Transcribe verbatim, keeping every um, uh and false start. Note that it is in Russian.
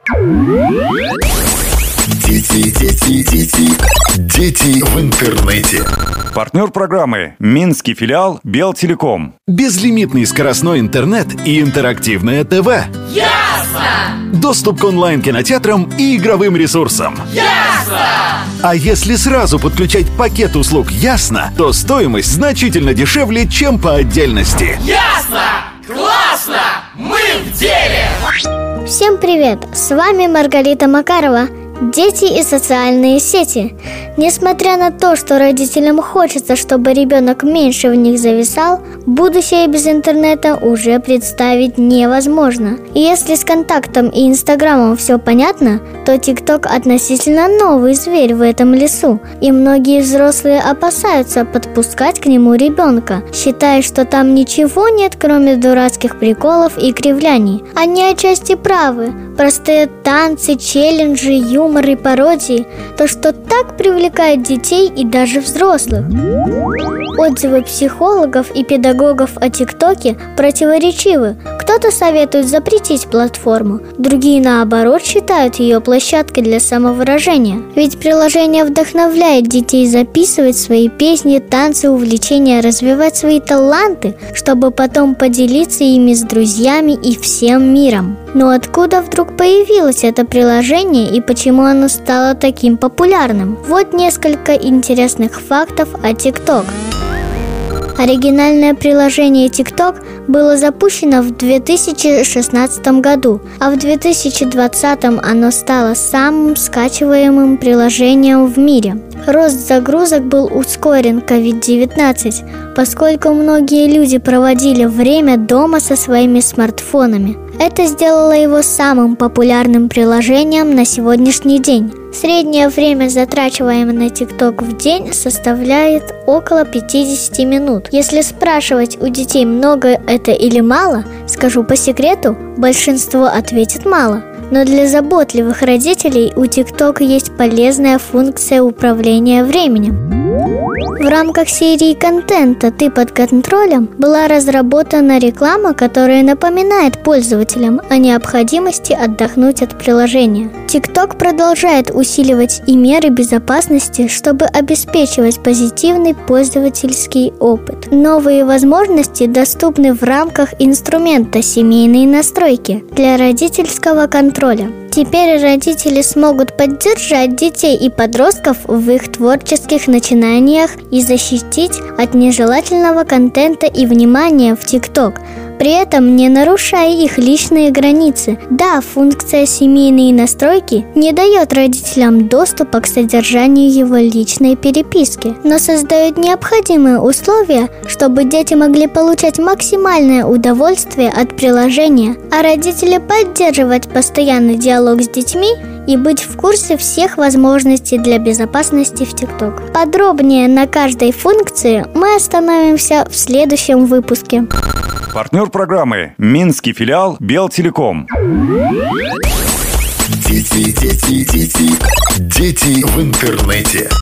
Дети, дети, дети, дети в интернете. Партнер программы – Минский филиал Белтелеком. Безлимитный скоростной интернет и интерактивное ТВ. Ясно! Доступ к онлайн-кинотеатрам и игровым ресурсам. Ясно! А если сразу подключать пакет услуг «Ясно», то стоимость значительно дешевле, чем по отдельности. Ясно! Классно! Мы в деле! Всем привет! С вами Маргарита Макарова. Дети и социальные сети. Несмотря на то, что родителям хочется, чтобы ребенок меньше в них зависал, будущее без интернета уже представить невозможно. И если с контактом и инстаграмом все понятно, то ТикТок относительно новый зверь в этом лесу, и многие взрослые опасаются подпускать к нему ребенка, считая, что там ничего нет, кроме дурацких приколов и кривляний. Они отчасти правы. Простые танцы, челленджи, юмор и пародии – то, что так привлекает детей и даже взрослых. Отзывы психологов и педагогов о ТикТоке противоречивы. Кто-то советует запретить платформу, другие, наоборот, считают ее площадкой для самовыражения. Ведь приложение вдохновляет детей записывать свои песни, танцы, увлечения, развивать свои таланты, чтобы потом поделиться ими с друзьями и всем миром. Но откуда вдруг появилось это приложение и почему оно стало таким популярным? Вот несколько интересных фактов о ТикТок. Оригинальное приложение TikTok было запущено в две тысячи шестнадцатом году, а в две тысячи двадцатом оно стало самым скачиваемым приложением в мире. Рост загрузок был ускорен ковид девятнадцать, поскольку многие люди проводили время дома со своими смартфонами. Это сделало его самым популярным приложением на сегодняшний день. Среднее время, затрачиваемое на TikTok в день, составляет около пятьдесят минут. Если спрашивать у детей, много это или мало, скажу по секрету, большинство ответит мало. Но для заботливых родителей у TikTok есть полезная функция управления временем. В рамках серии контента «Ты под контролем» была разработана реклама, которая напоминает пользователям о необходимости отдохнуть от приложения. TikTok продолжает усиливать и меры безопасности, чтобы обеспечивать позитивный пользовательский опыт. Новые возможности доступны в рамках инструмента «Семейные настройки» для родительского контроля. Теперь родители смогут поддержать детей и подростков в их творческих начинаниях и защитить от нежелательного контента и внимания в TikTok, при этом не нарушая их личные границы. Да, функция «Семейные настройки» не дает родителям доступа к содержанию его личной переписки, но создает необходимые условия, чтобы дети могли получать максимальное удовольствие от приложения, а родители поддерживать постоянный диалог с детьми и быть в курсе всех возможностей для безопасности в TikTok. Подробнее на каждой функции мы остановимся в следующем выпуске. Партнер программы – Минский филиал Белтелеком. Дети, дети, дети, дети в интернете.